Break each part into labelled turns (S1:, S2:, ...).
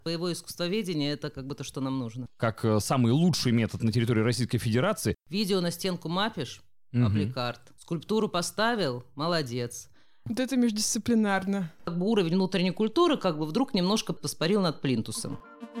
S1: Боевое искусствоведение — это как бы то, что нам нужно.
S2: Как самый лучший метод на территории Российской Федерации.
S1: Видео на стенку мапишь — паблик-арт. Скульптуру поставил — молодец.
S3: Вот это междисциплинарно.
S1: Как бы уровень внутренней культуры как бы вдруг немножко воспарил над плинтусом.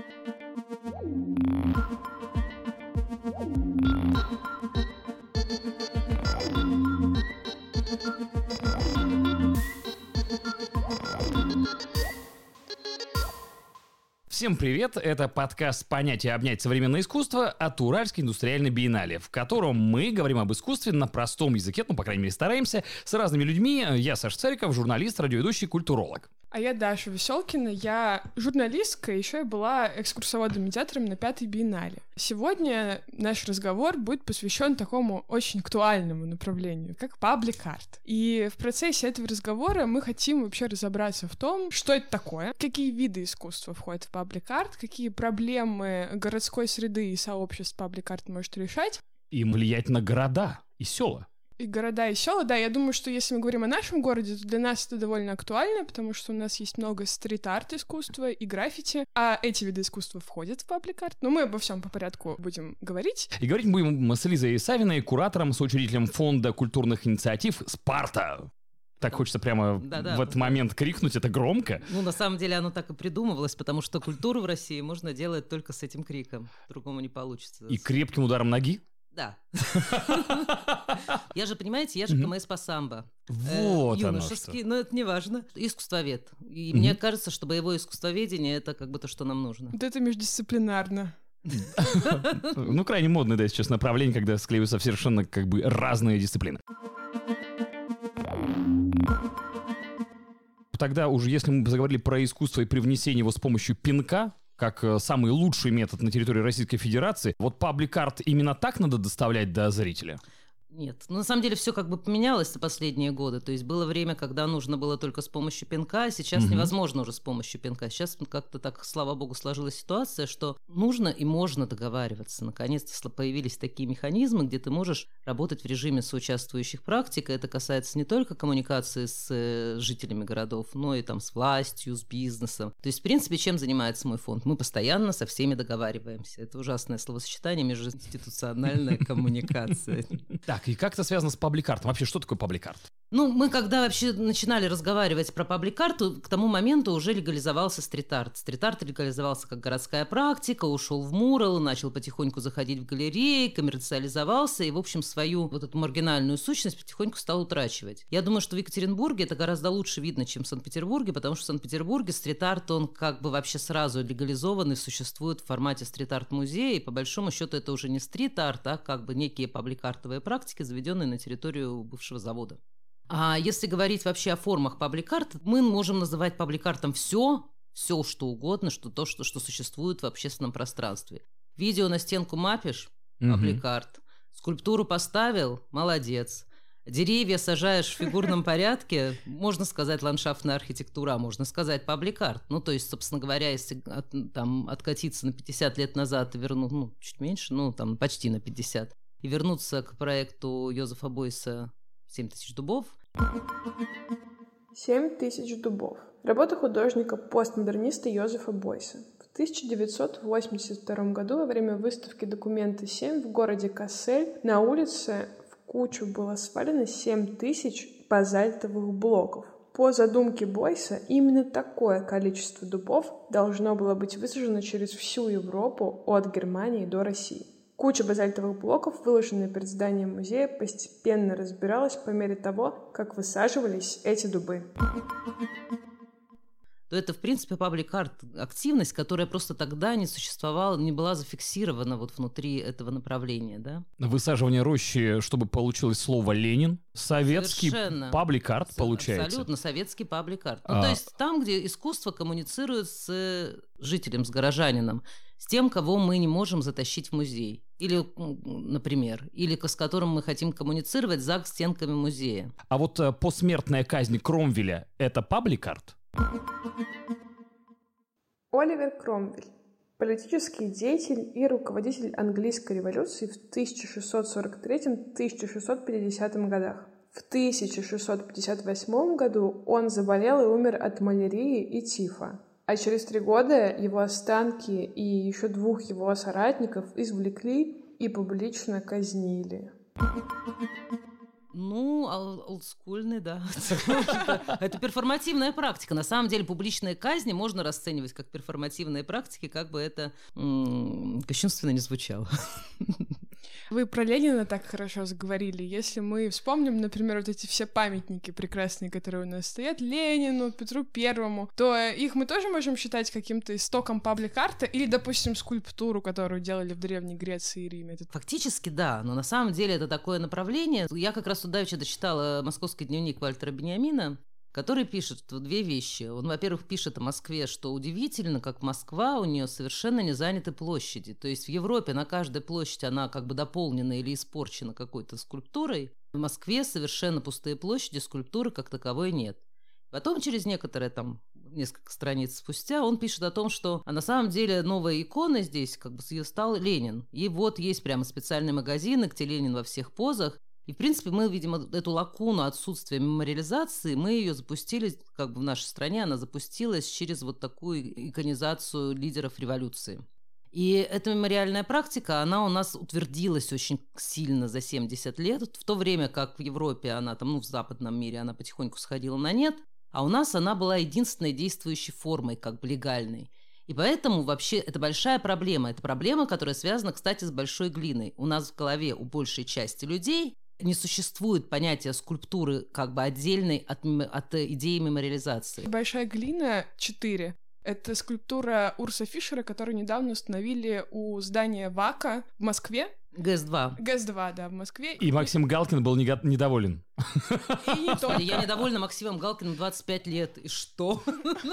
S2: Всем привет! Это подкаст «Понять и обнять современное искусство» от Уральской индустриальной биеннале, в котором мы говорим об искусстве на простом языке, по крайней мере, стараемся, с разными людьми. Я Саша Цариков, журналист, радиоведущий, культуролог.
S3: А я Даша Веселкина, я журналистка, еще я была экскурсоводом-медиатором на 5-й биеннале. Сегодня наш разговор будет посвящен такому очень актуальному направлению, как паблик-арт. И в процессе этого разговора мы хотим вообще разобраться в том, что это такое, какие виды искусства входят в паблик-арт, какие проблемы городской среды и сообществ паблик-арт может решать.
S2: И влиять на города и села.
S3: И города, и села, да, я думаю, что если мы говорим о нашем городе, то для нас это довольно актуально, потому что у нас есть много стрит-арт искусства и граффити, а эти виды искусства входят в паблик-арт, но мы обо всем по порядку будем говорить.
S2: И говорить будем с Лизой Савиной, куратором, соучредителем фонда культурных инициатив «Спарта». Так хочется прямо в этот момент крикнуть, это громко.
S1: Ну, на самом деле оно так и придумывалось, потому что культуру в России можно делать только с этим криком, по-другому не получится.
S2: И крепким ударом ноги?
S1: Да. Я же, понимаете, я же КМС по самбо.
S2: Вот
S1: юношеский, но это не важно. Искусствовед. И мне кажется, что боевое искусствоведение — это как бы то, что нам нужно.
S3: Вот это междисциплинарно.
S2: Ну, крайне модное, да, сейчас направление, когда склеиваются совершенно как бы разные дисциплины. Тогда уже, если мы заговорили про искусство и привнесение его с помощью пинка, как самый лучший метод на территории Российской Федерации, вот паблик-арт именно так надо доставлять до зрителя?
S1: Нет, на самом деле все как бы поменялось за последние годы. То есть было время, когда нужно было только с помощью пинка, а сейчас невозможно уже с помощью пинка. Сейчас как-то так, слава богу, сложилась ситуация, что нужно и можно договариваться. Наконец-то появились такие механизмы, где ты можешь работать в режиме соучаствующих практик. И это касается не только коммуникации с жителями городов, но и там с властью, с бизнесом. То есть, в принципе, чем занимается мой фонд? Мы постоянно со всеми договариваемся. Это ужасное словосочетание — межинституциональная коммуникация.
S2: Так, и как это связано с паблик-артом? Вообще, что такое паблик-арт?
S1: Ну, мы когда вообще начинали разговаривать про паблик-арт, к тому моменту уже легализовался стрит-арт. Стрит-арт легализовался как городская практика, ушел в мурал, начал потихоньку заходить в галереи, коммерциализовался и, в общем, свою вот эту маргинальную сущность потихоньку стал утрачивать. Я думаю, что в Екатеринбурге это гораздо лучше видно, чем в Санкт-Петербурге, потому что в Санкт-Петербурге стрит-арт, он как бы вообще сразу легализованный, существует в формате стрит-арт-музея, и по большому счету это уже не стрит-арт, а как бы некие паблик-артовые практики, заведенные на территорию бывшего завода. А если говорить вообще о формах паблик-арт, мы можем называть паблик-артом все, что угодно, что существует в общественном пространстве. Видео на стенку мапишь – паблик-арт. Скульптуру поставил – молодец. Деревья сажаешь в фигурном порядке, можно сказать ландшафтная архитектура, можно сказать паблик-арт. Ну, то есть, собственно говоря, если откатиться на 50 лет назад и вернуть, чуть меньше, там почти на 50, и вернуться к проекту Йозефа Бойса «7000 дубов».
S3: 7000 дубов. Работа художника-постмодерниста Йозефа Бойса. В 1982 году во время выставки «Документы 7» в городе Кассель на улице в кучу было свалено 7000 базальтовых блоков. По задумке Бойса, именно такое количество дубов должно было быть высажено через всю Европу от Германии до России. Куча базальтовых блоков, выложенная перед зданием музея, постепенно разбиралась по мере того, как высаживались эти дубы.
S1: То это, в принципе, паблик-арт активность, которая просто тогда не существовала, не была зафиксирована вот внутри этого направления, да?
S2: Высаживание рощи, чтобы получилось слово «Ленин». Советский паблик-арт получается.
S1: Абсолютно, советский паблик-арт. То есть там, где искусство коммуницирует с жителем, с горожанином, с тем, кого мы не можем затащить в музей. Или, например, или с которым мы хотим коммуницировать за стенками музея.
S2: А вот посмертная казнь Кромвеля – это паблик-арт?
S3: Оливер Кромвель. Политический деятель и руководитель английской революции в 1643-1650 годах. В 1658 году он заболел и умер от малярии и тифа. А через 3 года его останки и еще 2 его соратников извлекли и публично казнили.
S1: Ну, олдскульный, да. Это перформативная практика. На самом деле публичные казни можно расценивать как перформативные практики, как бы это кощунственно не звучало.
S3: Вы про Ленина так хорошо заговорили. Если мы вспомним, например, вот эти все памятники прекрасные, которые у нас стоят, Ленину, Петру Первому, то их мы тоже можем считать каким-то истоком паблик-арта или, допустим, скульптуру, которую делали в Древней Греции и Риме.
S1: Фактически, да, но на самом деле это такое направление. Я как раз тут давеча дочитала «Московский дневник» Вальтера Бениамина, который пишет 2 вещи. Он, во-первых, пишет о Москве, что удивительно, как Москва, у нее совершенно не заняты площади. То есть в Европе на каждой площади она как бы дополнена или испорчена какой-то скульптурой. В Москве совершенно пустые площади, скульптуры как таковой нет. Потом через несколько страниц спустя он пишет о том, что на самом деле новая икона здесь как бы стал Ленин. И вот есть прямо специальные магазины, где Ленин во всех позах. И, в принципе, мы, видимо, эту лакуну отсутствия мемориализации, мы ее запустили, как бы в нашей стране, она запустилась через вот такую иконизацию лидеров революции. И эта мемориальная практика, она у нас утвердилась очень сильно за 70 лет, в то время как в Европе она в западном мире она потихоньку сходила на нет, а у нас она была единственной действующей формой, как бы легальной. И поэтому вообще это большая проблема. Это проблема, которая связана, кстати, с большой глиной. У нас в голове у большей части людей не существует понятия скульптуры как бы отдельной от идеи мемориализации.
S3: Большая глина 4. Это скульптура Урса Фишера, которую недавно установили у здания ВАКа в Москве.
S1: ГЭС-2.
S3: ГЭС-2, да, в Москве.
S2: И Максим Галкин был недоволен.
S3: И не только.
S1: Я недовольна Максимом Галкиным 25 лет. И что?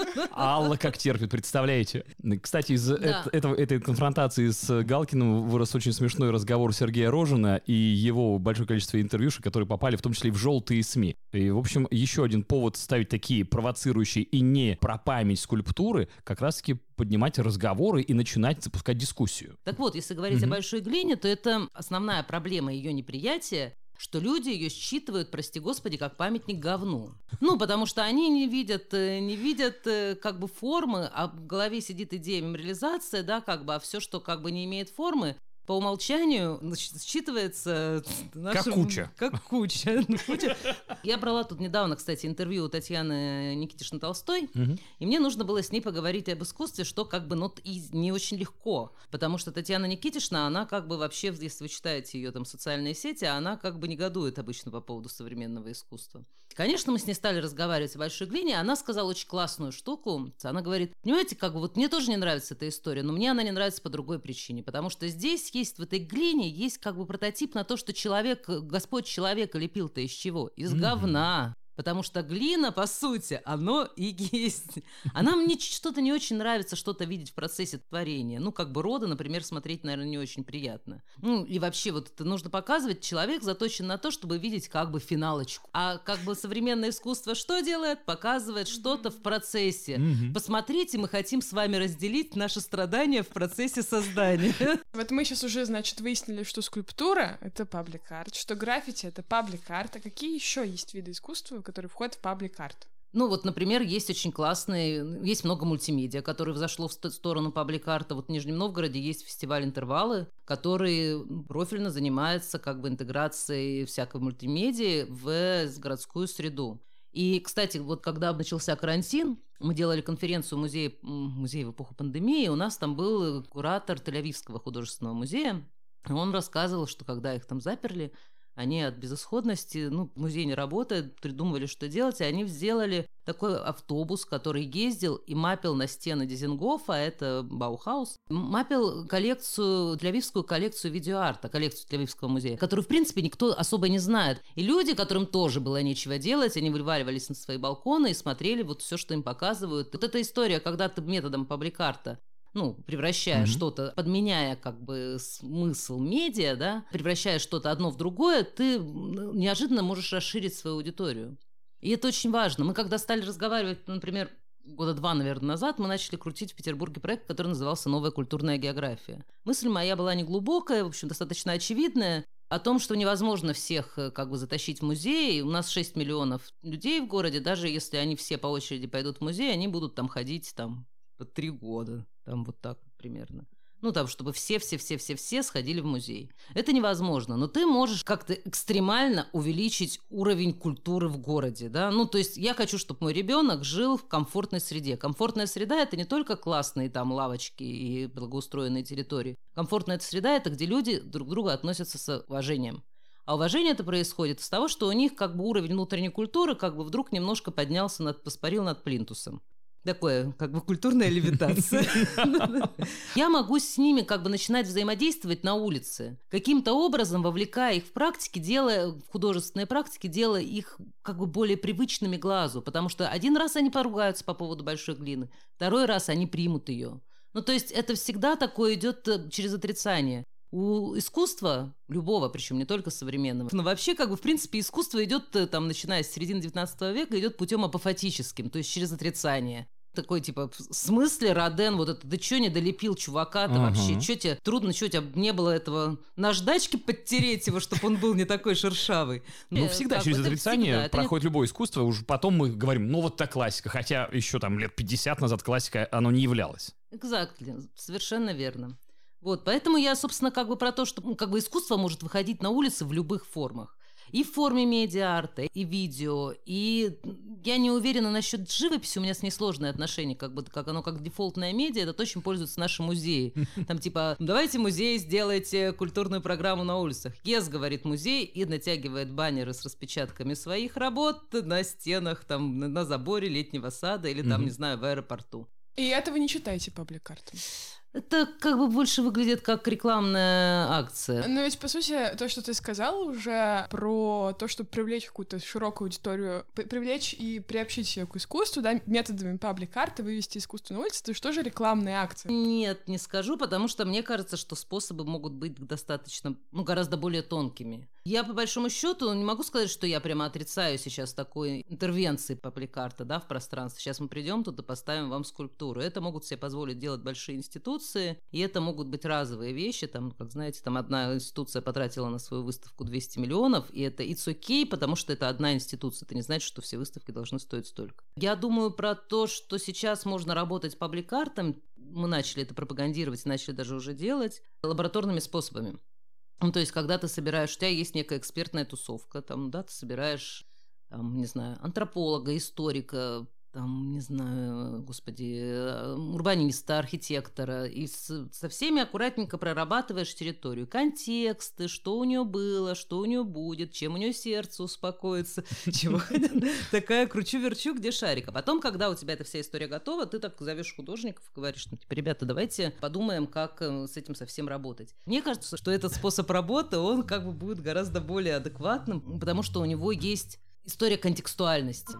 S2: Алла как терпит, представляете? Кстати, из этой конфронтации с Галкиным вырос очень смешной разговор Сергея Рожина и его большое количество интервьюшек, которые попали в том числе и в желтые СМИ. И, в общем, еще один повод ставить такие провоцирующие и не про память скульптуры, как раз-таки поднимать разговоры и начинать запускать дискуссию.
S1: Так вот, если говорить о большой глине, то это основная проблема ее неприятия, что люди ее считывают, прости господи, как памятник говну. Потому что они не видят как бы формы, а в голове сидит идея мемориализации, да, как бы, а все, что как бы не имеет формы, по умолчанию считывается
S2: как куча.
S1: Как куча. Я брала тут недавно, кстати, интервью у Татьяны Никитишны Толстой, и мне нужно было с ней поговорить об искусстве, что как бы и не очень легко, потому что Татьяна Никитишна, она как бы вообще, если вы читаете ее социальные сети, она как бы негодует обычно по поводу современного искусства. Конечно, мы с ней стали разговаривать о большой глине, она сказала очень классную штуку. Она говорит, понимаете, как бы мне тоже не нравится эта история, но мне она не нравится по другой причине, потому что здесь есть в этой глине, есть как бы прототип на то, что Господь человека лепил-то из чего? Из говна. Потому что глина, по сути, оно и есть. А нам что-то не очень нравится, что-то видеть в процессе творения. Как бы роды, например, смотреть, наверное, не очень приятно. И вообще вот это нужно показывать. Человек заточен на то, чтобы видеть как бы финалочку. А как бы современное искусство что делает? Показывает что-то в процессе. Посмотрите, мы хотим с вами разделить наши страдания в процессе создания.
S3: Вот мы сейчас уже, значит, выяснили, что скульптура — это паблик-арт, что граффити — это паблик-арт. А какие еще есть виды искусства, которые входят в паблик-арт?
S1: Например, есть очень есть много мультимедиа, которые взошло в сторону паблик-арта. В Нижнем Новгороде есть фестиваль «Интервалы», который профильно занимается как бы интеграцией всякой мультимедиа в городскую среду. И, кстати, когда начался карантин, мы делали конференцию в музее в эпоху пандемии, у нас там был куратор Тель-Авивского художественного музея, и он рассказывал, что когда их там заперли, они от безысходности, музей не работает, придумывали, что делать, и они сделали такой автобус, который ездил и мапил на стены Дизингофа, это Баухаус, мапил тель-авивскую коллекцию видеоарта, коллекцию Тель-Авивского музея, которую, в принципе, никто особо не знает. И люди, которым тоже было нечего делать, они вываливались на свои балконы и смотрели все, что им показывают. Вот эта история, когда ты методом паблик-арта превращая что-то, подменяя как бы смысл медиа, да, превращая что-то одно в другое, ты неожиданно можешь расширить свою аудиторию. И это очень важно. Мы когда стали разговаривать, например, 2 года, наверное, назад, мы начали крутить в Петербурге проект, который назывался «Новая культурная география». Мысль моя была неглубокая, в общем, достаточно очевидная, о том, что невозможно всех как бы затащить в музей. У нас 6 миллионов людей в городе, даже если они все по очереди пойдут в музей, они будут там ходить по 3 года, там вот так примерно. Ну, там, чтобы все сходили в музей. Это невозможно, но ты можешь как-то экстремально увеличить уровень культуры в городе, да. Ну, то есть я хочу, чтобы мой ребенок жил в комфортной среде. Комфортная среда – это не только классные там лавочки и благоустроенные территории. Комфортная среда – это где люди друг к другу относятся с уважением. А уважение это происходит из того, что у них как бы уровень внутренней культуры как бы вдруг немножко поднялся, воспарил над плинтусом. Такое, как бы, культурная левитация. Я могу с ними как бы начинать взаимодействовать на улице, каким-то образом вовлекая их в практике, в художественные практики, делая их как бы более привычными глазу, потому что один раз они поругаются по поводу большой глины, второй раз они примут ее. Ну, то есть это всегда такое идет через отрицание. У искусства, любого, причем не только современного, но вообще, как бы, в принципе, искусство идет, там, начиная с середины 19 века, идет путем апофатическим, то есть через отрицание. Такой, типа, в смысле, Роден, вот это, ты что не долепил чувака-то вообще? Что тебе трудно, что у тебя не было этого наждачки подтереть его, чтобы он был не такой шершавый?
S2: Ну, всегда через отрицание проходит любое искусство, уже потом мы говорим, ну, вот та классика, хотя еще там лет 50 назад классика, оно не являлось.
S1: Exactly, совершенно верно. Вот, поэтому я, собственно, как бы про то, что как бы искусство может выходить на улицы в любых формах. И в форме медиа-арта, и видео, и я не уверена насчет живописи, у меня с ней сложные отношения, как бы, как оно как дефолтная медиа, это очень пользуются наши музеи. Там типа, давайте музей, сделайте культурную программу на улицах. Yes, говорит музей, и натягивает баннеры с распечатками своих работ на стенах, там, на заборе летнего сада или там, не знаю, в аэропорту.
S3: И этого не читайте паблик-артом.
S1: Это как бы больше выглядит как рекламная акция.
S3: Но ведь, по сути, то, что ты сказал уже про то, чтобы привлечь какую-то широкую аудиторию, привлечь и приобщить ее к искусству, да, методами паблик-арта, вывести искусство на улицу, это что же рекламная акция?
S1: Нет, не скажу, потому что мне кажется, что способы могут быть достаточно, гораздо более тонкими. Я, по большому счету, не могу сказать, что я прямо отрицаю сейчас такой интервенции паблик-арта, да, в пространстве. Сейчас мы придем туда, поставим вам скульптуру. Это могут себе позволить делать большие институции, и это могут быть разовые вещи. Там, как знаете, там одна институция потратила на свою выставку 200 миллионов, и это it's okay, потому что это одна институция. Это не значит, что все выставки должны стоить столько. Я думаю про то, что сейчас можно работать паблик-артом. Мы начали это пропагандировать, начали даже уже делать лабораторными способами. Ну, то есть, когда ты собираешь, у тебя есть некая экспертная тусовка, там, да, ты собираешь, там, не знаю, антрополога, историка, там, не знаю, урбаниста, архитектора, и со всеми аккуратненько прорабатываешь территорию, контексты, что у нее было, что у нее будет, чем у нее сердце успокоится, чего такая кручу-верчу, где шарик. А потом, когда у тебя эта вся история готова, ты так зовешь художников и говоришь, ну, типа, ребята, давайте подумаем, как с этим совсем работать. Мне кажется, что этот способ работы, он как бы будет гораздо более адекватным, потому что у него есть история контекстуальности.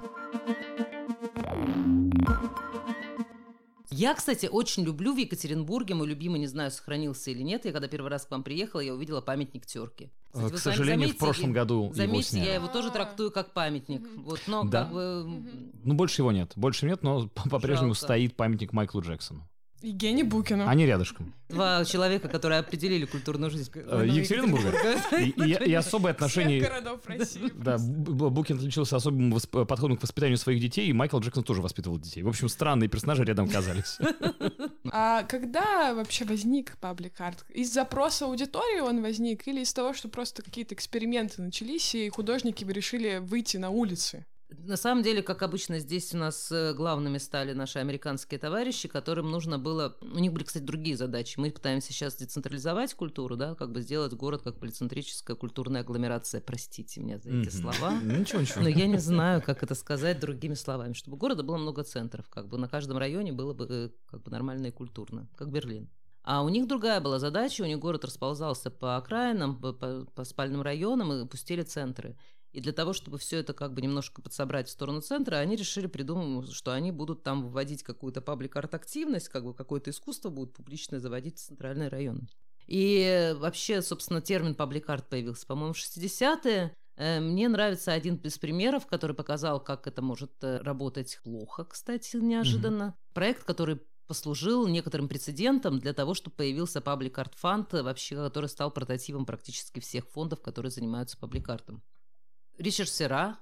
S1: Я, кстати, очень люблю в Екатеринбурге, мой любимый, не знаю, сохранился или нет, я когда первый раз к вам приехала, я увидела памятник Терке.
S2: К сожалению, в прошлом году его сняли.
S1: Я его тоже трактую как памятник. Вот, но
S2: да.
S1: Как бы...
S2: Ну, больше его нет. Больше нет, но по-прежнему стоит памятник Майклу Джексону.
S3: И Гене Букину.
S2: Они рядышком.
S1: Два человека, которые определили культурную жизнь
S2: Екатеринбурга. И особое отношение...
S3: Всех городов России.
S2: Да, Букин отличился особым подходом к воспитанию своих детей, и Майкл Джексон тоже воспитывал детей. В общем, странные персонажи рядом оказались.
S3: А когда вообще возник паблик-арт? Из запроса аудитории он возник или из того, что просто какие-то эксперименты начались, и художники решили выйти на улицы?
S1: На самом деле, как обычно, здесь у нас главными стали наши американские товарищи, которым нужно было... У них были, кстати, другие задачи. Мы пытаемся сейчас децентрализовать культуру, да, как бы сделать город как полицентрическая культурная агломерация. Простите меня за эти слова.
S2: Ничего.
S1: Но я не знаю, как это сказать другими словами. Чтобы у города было много центров, как бы на каждом районе было бы как бы нормально и культурно, как Берлин. А у них другая была задача, у них город расползался по окраинам, по спальным районам и пустили центры. И для того, чтобы все это как бы немножко подсобрать в сторону центра, они решили придумать, что они будут там вводить какую-то паблик-арт-активность, как бы какое-то искусство будут публичное заводить в центральный район. И вообще, собственно, термин паблик-арт появился, по-моему, в 60-е. Мне нравится один из примеров, который показал, как это может работать плохо, кстати, неожиданно. Проект, который послужил некоторым прецедентом для того, чтобы появился паблик-арт-фонд, вообще, который стал прототипом практически всех фондов, которые занимаются паблик-артом. Ричард Серра,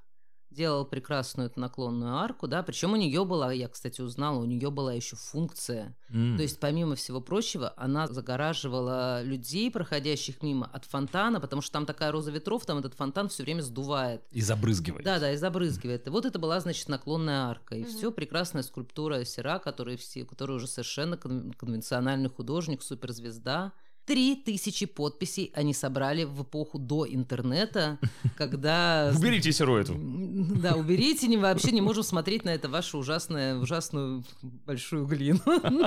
S1: делал прекрасную эту наклонную арку, да, причем у нее была, я, кстати, узнала, у нее была еще функция. То есть, помимо всего прочего, она загораживала людей, проходящих мимо, от фонтана, потому что там такая роза ветров, там этот фонтан все время сдувает.
S2: И забрызгивает.
S1: Да, и забрызгивает. И вот это была, значит, наклонная арка. И все, прекрасная скульптура Сера, который уже совершенно конвенциональный художник, суперзвезда. 3000 подписей они собрали в эпоху до интернета, когда...
S2: Уберите Серу эту.
S1: Да, уберите, вообще не можем смотреть на это вашу ужасную большую глину.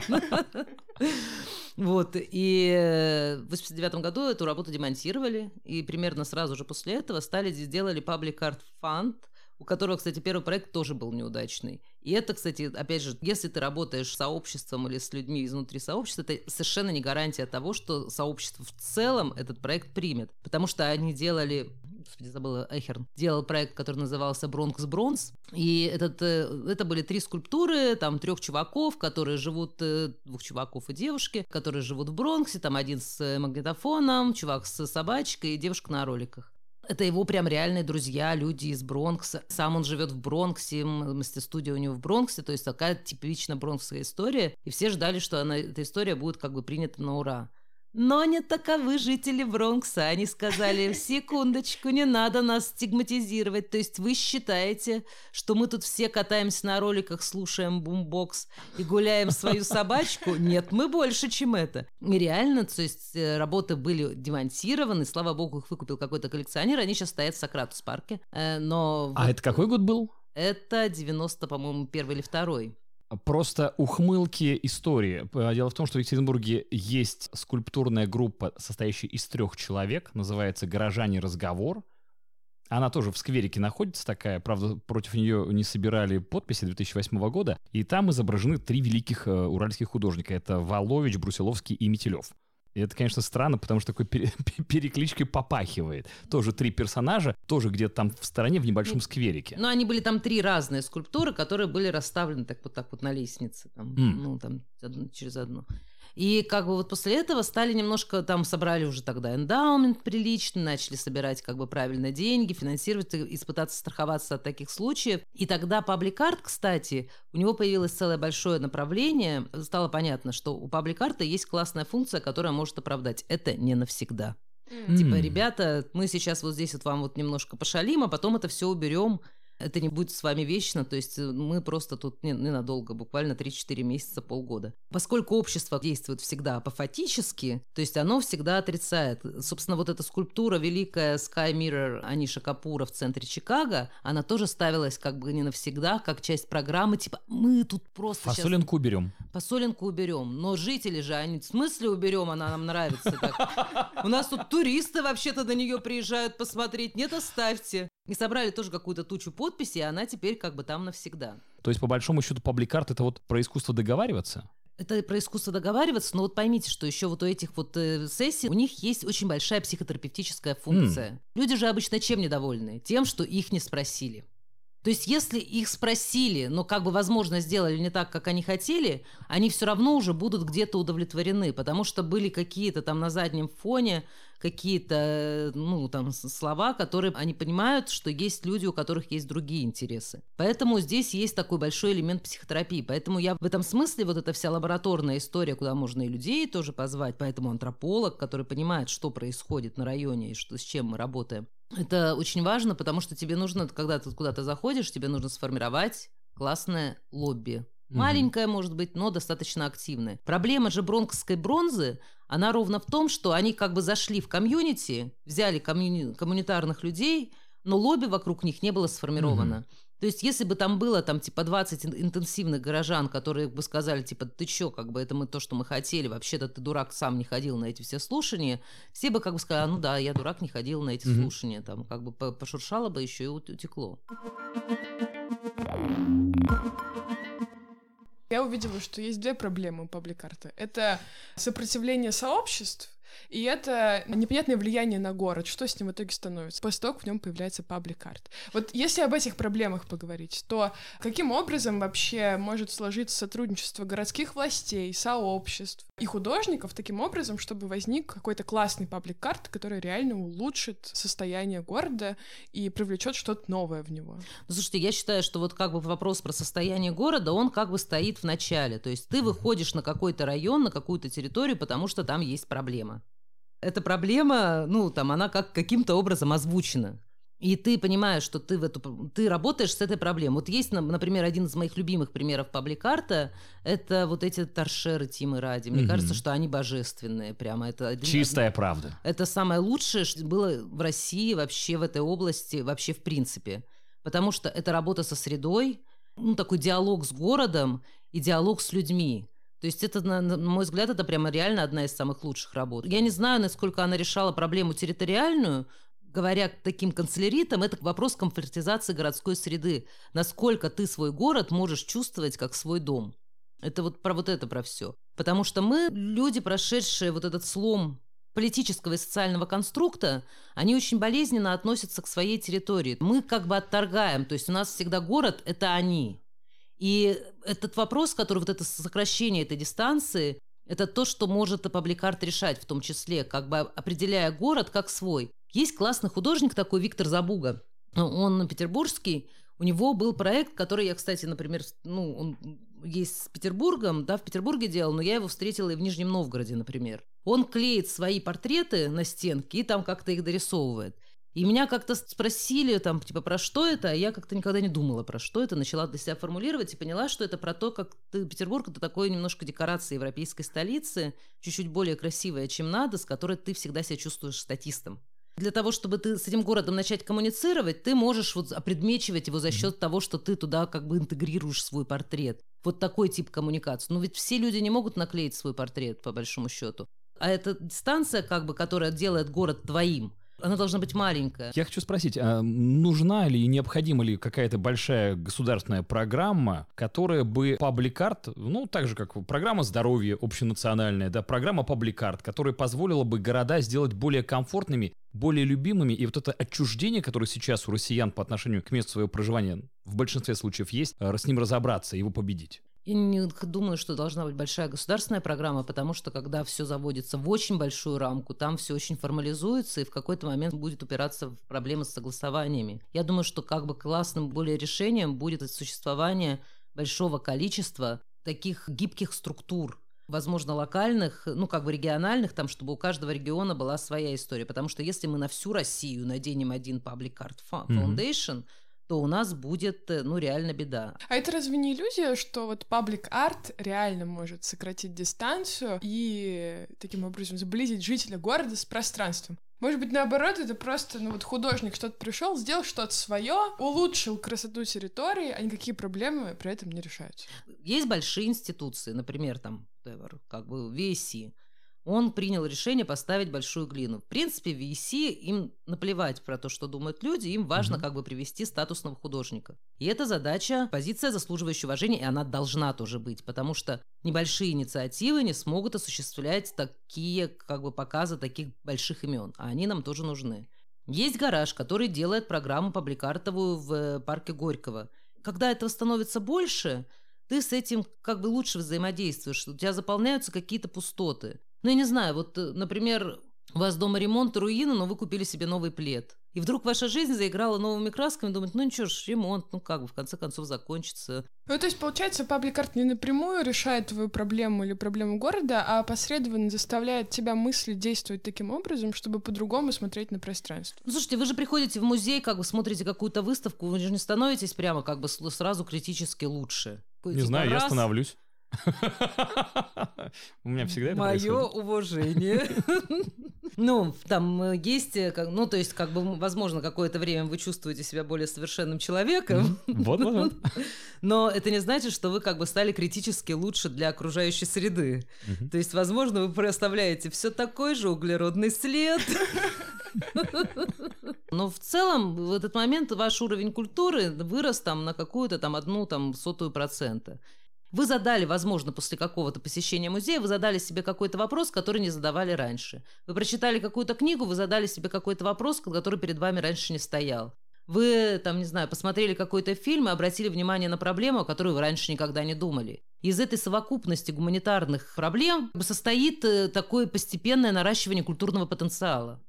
S1: Вот, и в 1989 году эту работу демонтировали, и примерно сразу же после этого сделали Public Art Fund, у которого, кстати, первый проект тоже был неудачный. И это, кстати, опять же, если ты работаешь с сообществом или с людьми изнутри сообщества, это совершенно не гарантия того, что сообщество в целом этот проект примет. Потому что они делали... Господи, забыла, Эхерн делал проект, который назывался «Бронкс Бронз». И это были 3 скульптуры, там 3 чуваков, которые живут... 2 чуваков и девушки, которые живут в Бронксе. Там один с магнитофоном, чувак с собачкой и девушка на роликах. Это его прям реальные друзья, люди из Бронкса. Сам он живет в Бронксе, студия у него в Бронксе, то есть такая типично бронкская история. И все ждали, что эта история будет как бы принята на ура. Но не таковы жители Бронкса. Они сказали: секундочку, не надо нас стигматизировать. То есть вы считаете, что мы тут все катаемся на роликах, слушаем бумбокс и гуляем свою собачку? Нет, мы больше, чем это. И реально, то есть работы были демонтированы, слава богу, их выкупил какой-то коллекционер, они сейчас стоят в Сократус-парке. Но...
S2: А это какой год был?
S1: Это 90, по-моему, 1 или 2.
S2: Просто ухмылки истории. Дело в том, что в Екатеринбурге есть скульптурная группа, состоящая из 3 человек, называется «Горожане. Разговор». Она тоже в скверике находится такая, правда, против нее не собирали подписи 2008 года, и там изображены 3 великих уральских художника. Это Волович, Брусиловский и Метелев. И это, конечно, странно, потому что такой перекличкой попахивает. Тоже 3 персонажа, тоже где-то там в стороне, в небольшом скверике.
S1: Но они были там 3 разные скульптуры, которые были расставлены так вот на лестнице, там через одну. И как бы вот после этого стали немножко, там собрали уже тогда эндаумент приличный, начали собирать как бы правильно деньги, финансировать и пытаться страховаться от таких случаев. И тогда Public Art, кстати, у него появилось целое большое направление. Стало понятно, что у Public Art есть классная функция, которая может оправдать. Это не навсегда. Типа, ребята, мы сейчас вот здесь вот вам вот немножко пошалим, а потом это все уберем. Это не будет с вами вечно, то есть мы просто тут ненадолго, буквально 3-4 месяца, полгода. Поскольку общество действует всегда апофатически, то есть оно всегда отрицает. Собственно, вот эта скульптура великая Sky Mirror Аниша Капура в центре Чикаго, она тоже ставилась как бы не навсегда, как часть программы, типа мы тут просто
S2: Фасолинку уберем.
S1: Фасолинку уберем. Но жители же, они в смысле уберем, она нам нравится так. У нас тут туристы вообще-то на нее приезжают посмотреть. Нет, оставьте. И собрали тоже какую-то тучу подписей, и она теперь как бы там навсегда.
S2: То есть, по большому счету, Public Art — это вот про искусство договариваться?
S1: Это про искусство договариваться, но вот поймите, что еще вот у этих вот сессий у них есть очень большая психотерапевтическая функция. Люди же обычно чем недовольны? Тем, что их не спросили. То есть, если их спросили, но как бы, возможно, сделали не так, как они хотели, они все равно уже будут где-то удовлетворены, потому что были какие-то там на заднем фоне какие-то, там слова, которые они понимают, что есть люди, у которых есть другие интересы. Поэтому здесь есть такой большой элемент психотерапии. Поэтому я в этом смысле, вот эта вся лабораторная история, куда можно и людей тоже позвать, поэтому антрополог, который понимает, что происходит на районе и с чем мы работаем. Это очень важно, потому что тебе нужно, когда ты куда-то заходишь, тебе нужно сформировать классное лобби. Маленькая, может быть, но достаточно активная. Проблема же бронкской бронзы, она ровно в том, что они как бы зашли в комьюнити, взяли коммунитарных людей, но лобби вокруг них не было сформировано. То есть, если бы там было типа 20 интенсивных горожан, которые бы сказали, типа, ты чё, как бы это мы то, что мы хотели, вообще-то ты дурак, сам не ходил на эти все слушания, все бы как бы сказали, ну да, я дурак, не ходил на эти слушания, там как бы пошуршало бы еще и утекло.
S3: Я увидела, что есть 2 проблемы у Public Art. Это сопротивление сообществ И это непонятное влияние на город. Что с ним в итоге становится? После того, как в нем появляется паблик-арт. Вот если об этих проблемах поговорить, то каким образом вообще может сложиться сотрудничество городских властей, сообществ и художников таким образом, чтобы возник какой-то классный паблик-арт, который реально улучшит состояние города и привлечет что-то новое в него?
S1: Ну, слушайте, я считаю, что вот как бы вопрос про состояние города, он как бы стоит в начале. То есть ты выходишь на какой-то район, на какую-то территорию, потому что там есть проблема. Эта проблема, она каким-то образом озвучена. И ты понимаешь, что ты работаешь с этой проблемой. Вот есть, например, один из моих любимых примеров паблик-арта, это вот эти торшеры Тимы Ради. Мне кажется, что они божественные. Прямо это
S2: чистая правда.
S1: Это самое лучшее, что было в России вообще в этой области, вообще в принципе. Потому что это работа со средой, такой диалог с городом и диалог с людьми. То есть это, на мой взгляд, это прямо реально одна из самых лучших работ. Я не знаю, насколько она решала проблему территориальную. Говоря таким канцеляритом, это вопрос комфортизации городской среды. Насколько ты свой город можешь чувствовать как свой дом. Это про все. Потому что мы, люди, прошедшие вот этот слом политического и социального конструкта, они очень болезненно относятся к своей территории. Мы как бы отторгаем. То есть у нас всегда город – это они. И этот вопрос, вот это сокращение этой дистанции, это то, что может паблик-арт решать в том числе, как бы определяя город как свой. Есть классный художник такой, Виктор Забуга. Он петербургский. У него был проект, который я, кстати, например, он есть с Петербургом, в Петербурге делал, но я его встретила и в Нижнем Новгороде, например. Он клеит свои портреты на стенки и там как-то их дорисовывает. И меня как-то спросили, про что это, а я как-то никогда не думала, про что это, начала для себя формулировать и поняла, что это про то, как Петербург – это такое немножко декорация европейской столицы, чуть-чуть более красивая, чем надо, с которой ты всегда себя чувствуешь статистом. Для того, чтобы ты с этим городом начать коммуницировать, ты можешь опредмечивать его за счет того, что ты туда как бы интегрируешь свой портрет. Вот такой тип коммуникации. Но ведь все люди не могут наклеить свой портрет, по большому счету. А эта дистанция, которая делает город твоим, она должна быть маленькая.
S2: Я хочу спросить, а нужна ли и необходима ли какая-то большая государственная программа, которая бы паблик-арт, так же, как программа здоровья общенациональная, программа паблик-арт, которая позволила бы города сделать более комфортными, более любимыми, и вот это отчуждение, которое сейчас у россиян по отношению к месту своего проживания в большинстве случаев есть, с ним разобраться, его победить?
S1: Я не думаю, что должна быть большая государственная программа, потому что когда все заводится в очень большую рамку, там все очень формализуется и в какой-то момент будет упираться в проблемы с согласованиями. Я думаю, что классным более решением будет существование большого количества таких гибких структур, возможно, локальных, региональных, чтобы у каждого региона была своя история. Потому что если мы на всю Россию наденем один Public Art Foundation, то у нас будет, реально беда.
S3: А это разве не иллюзия, что паблик-арт реально может сократить дистанцию и таким образом сблизить жителя города с пространством? Может быть, наоборот, это просто, художник что-то пришел, сделал что-то свое, улучшил красоту территории, а никакие проблемы при этом не решаются.
S1: Есть большие институции, например, VSC. Он принял решение поставить большую глину. В принципе, VSC, им наплевать про то, что думают люди, им важно привести статусного художника. И эта задача, позиция, заслуживающая уважения, и она должна тоже быть, потому что небольшие инициативы не смогут осуществлять такие показы таких больших имен, а они нам тоже нужны. Есть гараж, который делает программу паблик-артовую в парке Горького. Когда этого становится больше, ты с этим лучше взаимодействуешь, у тебя заполняются какие-то пустоты. Я не знаю, например, у вас дома ремонт, руины, но вы купили себе новый плед. И вдруг ваша жизнь заиграла новыми красками, думаете, ничего ж, ремонт, в конце концов закончится.
S3: То есть, получается, паблик-арт не напрямую решает твою проблему или проблему города, а опосредованно заставляет тебя мыслить, действовать таким образом, чтобы по-другому смотреть на пространство.
S1: Слушайте, вы же приходите в музей, смотрите какую-то выставку, вы же не становитесь прямо сразу критически лучше.
S2: Не знаю, я становлюсь. У меня всегда это происходит.
S1: Мое уважение. Там есть, возможно, какое-то время вы чувствуете себя более совершенным человеком.
S2: Вот.
S1: Но это не значит, что вы стали критически лучше для окружающей среды. То есть, возможно, вы оставляете все такой же углеродный след. Но в целом в этот момент ваш уровень культуры вырос на какую-то 0,01%. Вы задали, возможно, после какого-то посещения музея, вы задали себе какой-то вопрос, который не задавали раньше. Вы прочитали какую-то книгу, вы задали себе какой-то вопрос, который перед вами раньше не стоял. Вы, там, не знаю, посмотрели какой-то фильм и обратили внимание на проблему, о которой вы раньше никогда не думали. Из этой совокупности гуманитарных проблем состоит такое постепенное наращивание культурного потенциала.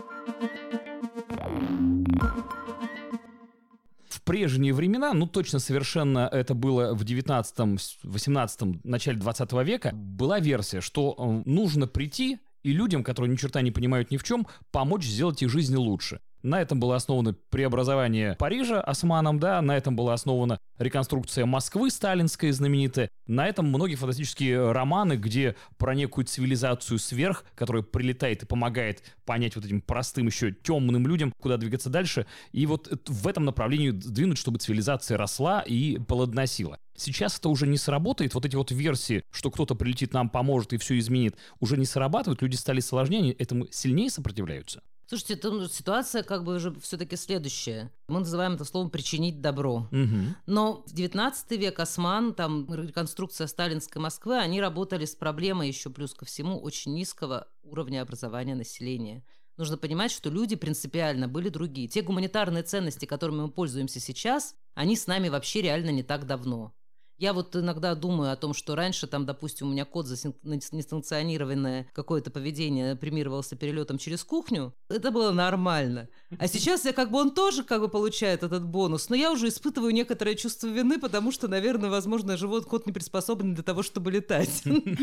S2: В прежние времена, точно совершенно это было в 19-м, 18-м, начале 20 века, была версия, что нужно прийти и людям, которые ни черта не понимают ни в чем, помочь сделать их жизнь лучше. На этом было основано преобразование Парижа Османом, да, на этом была основана реконструкция Москвы сталинская знаменитая, на этом многие фантастические романы, где про некую цивилизацию сверх, которая прилетает и помогает понять вот этим простым еще темным людям, куда двигаться дальше, и вот в этом направлении двинуть, чтобы цивилизация росла и плодоносила. Сейчас это уже не сработает, вот эти вот версии, что кто-то прилетит, нам поможет и все изменит, уже не срабатывают, люди стали сложнее, они этому сильнее сопротивляются.
S1: Слушайте, это ситуация как бы уже все-таки следующая. Мы называем это словом «причинить добро».
S2: Угу.
S1: Но в 19 век Осман, там реконструкция сталинской Москвы, они работали с проблемой еще плюс ко всему очень низкого уровня образования населения. Нужно понимать, что люди принципиально были другие. Те гуманитарные ценности, которыми мы пользуемся сейчас, они с нами вообще реально не так давно. Я вот иногда думаю о том, что раньше, там, допустим, у меня кот за несанкционированное какое-то поведение премировался перелетом через кухню. Это было нормально. А сейчас он тоже получает этот бонус, но я уже испытываю некоторое чувство вины, потому что, наверное, возможно, кот не приспособлен для того, чтобы летать.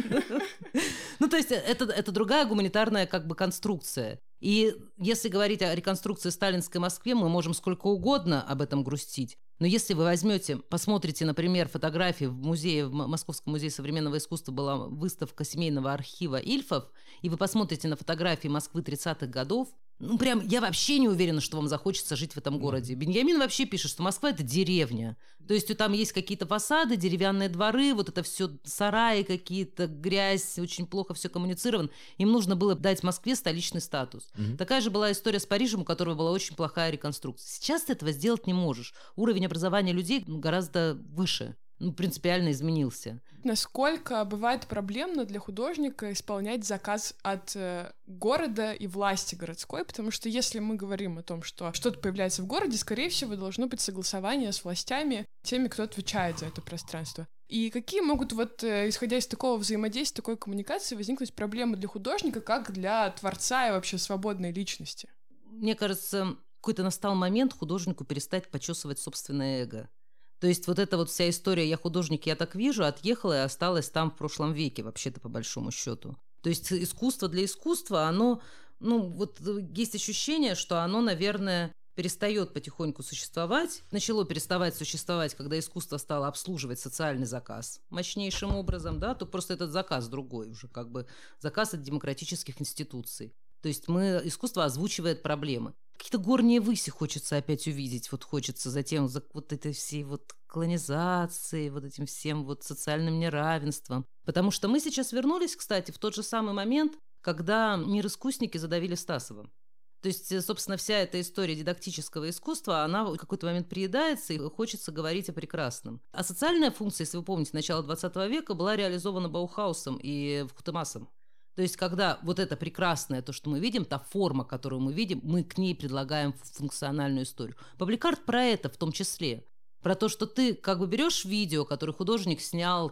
S1: То есть это другая гуманитарная конструкция. И если говорить о реконструкции сталинской Москвы, мы можем сколько угодно об этом грустить. Но если вы посмотрите, например, фотографии в Московском музее современного искусства была выставка семейного архива Ильфов, и вы посмотрите на фотографии Москвы 30-х годов, я вообще не уверена, что вам захочется жить в этом городе. Беньямин вообще пишет, что Москва – это деревня. То есть там есть какие-то фасады, деревянные дворы, вот это все сараи какие-то, грязь, очень плохо все коммуницировано. Им нужно было дать Москве столичный статус. Такая же была история с Парижем, у которого была очень плохая реконструкция. Сейчас ты этого сделать не можешь. Уровень образования людей гораздо выше. Принципиально изменился.
S3: Насколько бывает проблемно для художника исполнять заказ от города и власти городской? Потому что если мы говорим о том, что что-то появляется в городе, скорее всего, должно быть согласование с властями, теми, кто отвечает за это пространство. И какие могут, исходя из такого взаимодействия, такой коммуникации, возникнуть проблемы для художника, как для творца и вообще свободной личности?
S1: Мне кажется, какой-то настал момент художнику перестать почесывать собственное эго. То есть вот эта вся история «я художник, я так вижу» отъехала и осталась там в прошлом веке, вообще-то, по большому счету. То есть искусство для искусства, оно, есть ощущение, что оно, наверное, перестает потихоньку существовать. Начало переставать существовать, когда искусство стало обслуживать социальный заказ мощнейшим образом, да, то просто этот заказ другой уже, заказ от демократических институций. То есть искусство озвучивает проблемы. Какие-то горние выси хочется опять увидеть. Хочется за этой всей колонизацией, этим всем социальным неравенством. Потому что мы сейчас вернулись, кстати, в тот же самый момент, когда мир-искусники задавили Стасова. То есть, собственно, вся эта история дидактического искусства, она в какой-то момент приедается, и хочется говорить о прекрасном. А социальная функция, если вы помните, начала 20 века была реализована Баухаусом и Вхутемасом. То есть, когда это прекрасное, то, что мы видим, та форма, которую мы видим, мы к ней предлагаем функциональную историю. Пабликарт про это в том числе. Про то, что ты берешь видео, которое художник снял,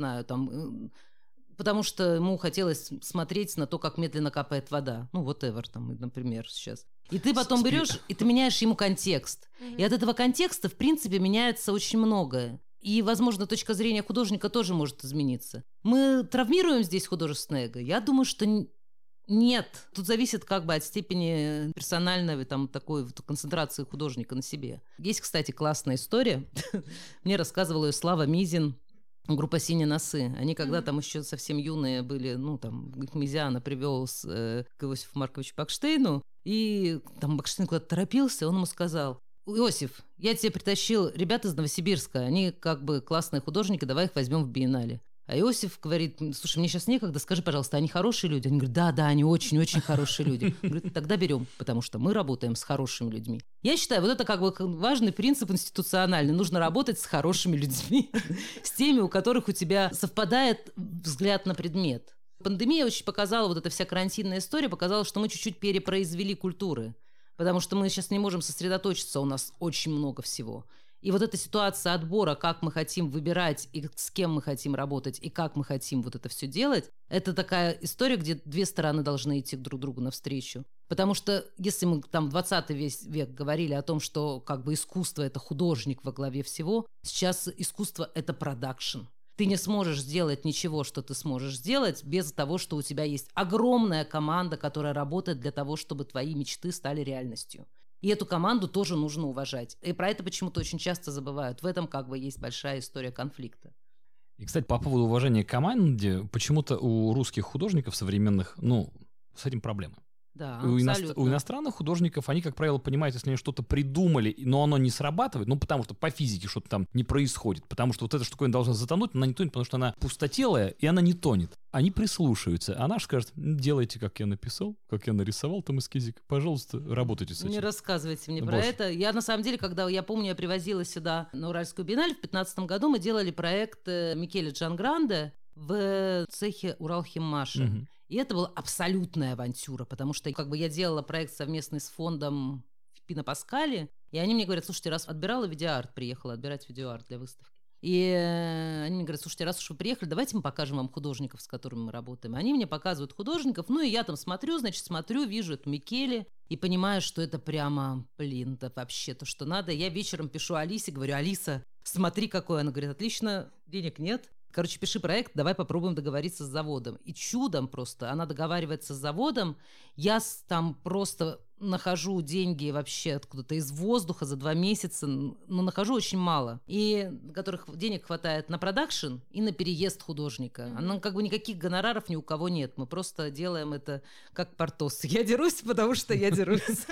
S1: потому что ему хотелось смотреть на то, как медленно капает вода. Whatever, например, сейчас. И ты потом берешь, и ты меняешь ему контекст. И от этого контекста, в принципе, меняется очень многое. И, возможно, точка зрения художника тоже может измениться. Мы травмируем здесь художественное эго? Я думаю, что нет. Тут зависит от степени персональной такой концентрации художника на себе. Есть, кстати, классная история. Мне рассказывала ее Слава Мизин, группа «Синие носы». Они когда еще совсем юные были, их Мизиана привел к Иосифу Марковичу Бакштейну, и Бакштейн куда-то торопился, он ему сказал: «Иосиф, я тебе притащил ребят из Новосибирска, они классные художники, давай их возьмем в биеннале». А Иосиф говорит: слушай, мне сейчас некогда, скажи, пожалуйста, они хорошие люди? Они говорят: да, они очень-очень хорошие люди. Говорит: тогда берем, потому что мы работаем с хорошими людьми. Я считаю, вот это как бы важный принцип институциональный. Нужно работать с хорошими людьми, с теми, у которых у тебя совпадает взгляд на предмет. Пандемия очень показала, вот эта вся карантинная история показала, что мы чуть-чуть перепроизвели культуры, потому что мы сейчас не можем сосредоточиться, у нас очень много всего. И вот эта ситуация отбора, как мы хотим выбирать, и с кем мы хотим работать, и как мы хотим вот это все делать, это такая история, где две стороны должны идти друг другу навстречу. Потому что если мы там в 20 век говорили о том, что как бы искусство – это художник во главе всего, сейчас искусство – это продакшн. Ты не сможешь сделать ничего, что ты сможешь сделать, без того, что у тебя есть огромная команда, которая работает для того, чтобы твои мечты стали реальностью. И эту команду тоже нужно уважать. И про это почему-то очень часто забывают. В этом как бы есть большая история конфликта.
S2: И, кстати, по поводу уважения к команде, почему-то у русских художников современных, с этим проблемы.
S1: Да,
S2: у иностранных художников, они, как правило, понимают, если они что-то придумали, но оно не срабатывает, потому что по физике что-то там не происходит, потому что вот эта штуковина должна затонуть, она не тонет, потому что она пустотелая, и она не тонет. Они прислушиваются, а наш скажет: делайте, как я написал, как я нарисовал там эскизик, пожалуйста, работайте с этим.
S1: Не рассказывайте мне про это. Я, на самом деле, я помню, я привозила сюда на Уральскую биеннале в 2015 году, мы делали проект Микеле Джангранде в цехе Уралхиммаша. Угу. И это была абсолютная авантюра, потому что я делала проект совместный с фондом Пино Паскали, и они мне говорят: слушайте, раз отбирала видеоарт, приехала отбирать видеоарт для выставки. И они мне говорят: слушайте, раз уж вы приехали, давайте мы покажем вам художников, с которыми мы работаем. Они мне показывают художников, и я там смотрю, вижу эту Микеле и понимаю, что это прямо, это вообще то, что надо. Я вечером пишу Алисе, говорю: Алиса, смотри, какой. Она говорит: отлично, денег нет. Пиши проект, давай попробуем договориться с заводом. И чудом просто она договаривается с заводом. Я там просто нахожу деньги вообще откуда-то из воздуха за 2 месяца, но нахожу очень мало. И которых денег хватает на продакшн и на переезд художника. Никаких гонораров ни у кого нет. Мы просто делаем это как Портос. Я дерусь, потому что я дерусь.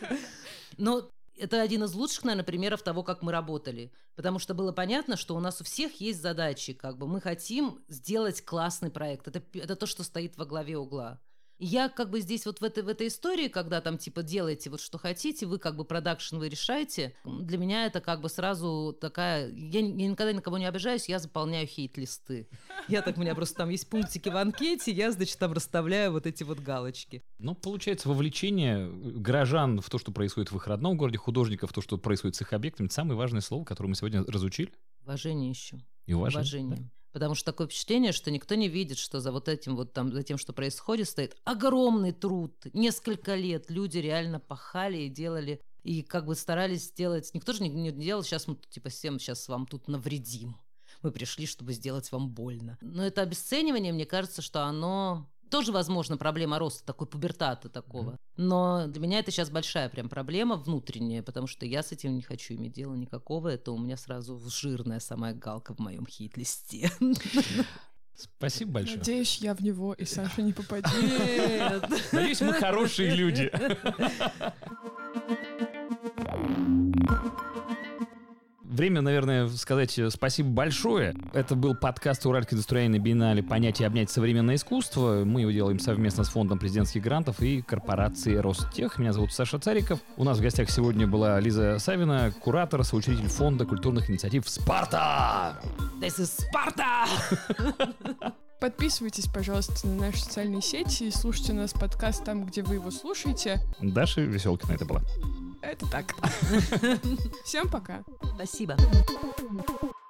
S1: Но это один из лучших, наверное, примеров того, как мы работали. Потому что было понятно, что у нас у всех есть задачи. Мы хотим сделать классный проект. Это то, что стоит во главе угла. И я здесь в этой истории, когда там делайте что хотите, вы продакшн вы решаете, для меня это сразу такая... Я никогда на кого не обижаюсь, я заполняю хейт-листы. У меня просто там есть пунктики в анкете, я, там расставляю эти галочки.
S2: Получается, вовлечение горожан в то, что происходит в их родном городе, художников в то, что происходит с их объектами, это самое важное слово, которое мы сегодня разучили.
S1: Уважение еще.
S2: И уважение.
S1: Да? Потому что такое впечатление, что никто не видит, что за этим за тем, что происходит, стоит огромный труд. Несколько лет люди реально пахали и делали, и старались сделать. Никто же не делал: сейчас мы всем сейчас вам тут навредим. Мы пришли, чтобы сделать вам больно. Но это обесценивание, мне кажется, что оно... Тоже, возможно, проблема роста, такой пубертата такого. Но для меня это сейчас большая прям проблема внутренняя, потому что я с этим не хочу иметь дела никакого. Это у меня сразу жирная самая галка в моем хит-листе.
S2: Спасибо большое.
S3: Надеюсь, я в него и Саша не попадет.
S2: Надеюсь, мы хорошие люди. Время, наверное, сказать спасибо большое. Это был подкаст Уральской индустриальной биеннале «Понять и обнять современное искусство». Мы его делаем совместно с Фондом президентских грантов и корпорацией Ростех. Меня зовут Саша Цариков. У нас в гостях сегодня была Лиза Савина, куратор, соучредитель Фонда культурных инициатив «Спарта».
S1: This is Sparta!
S3: Подписывайтесь, пожалуйста, на наши социальные сети и слушайте нас подкаст там, где вы его слушаете.
S2: Даша Веселкина это была.
S3: Это так. Всем пока.
S1: Спасибо.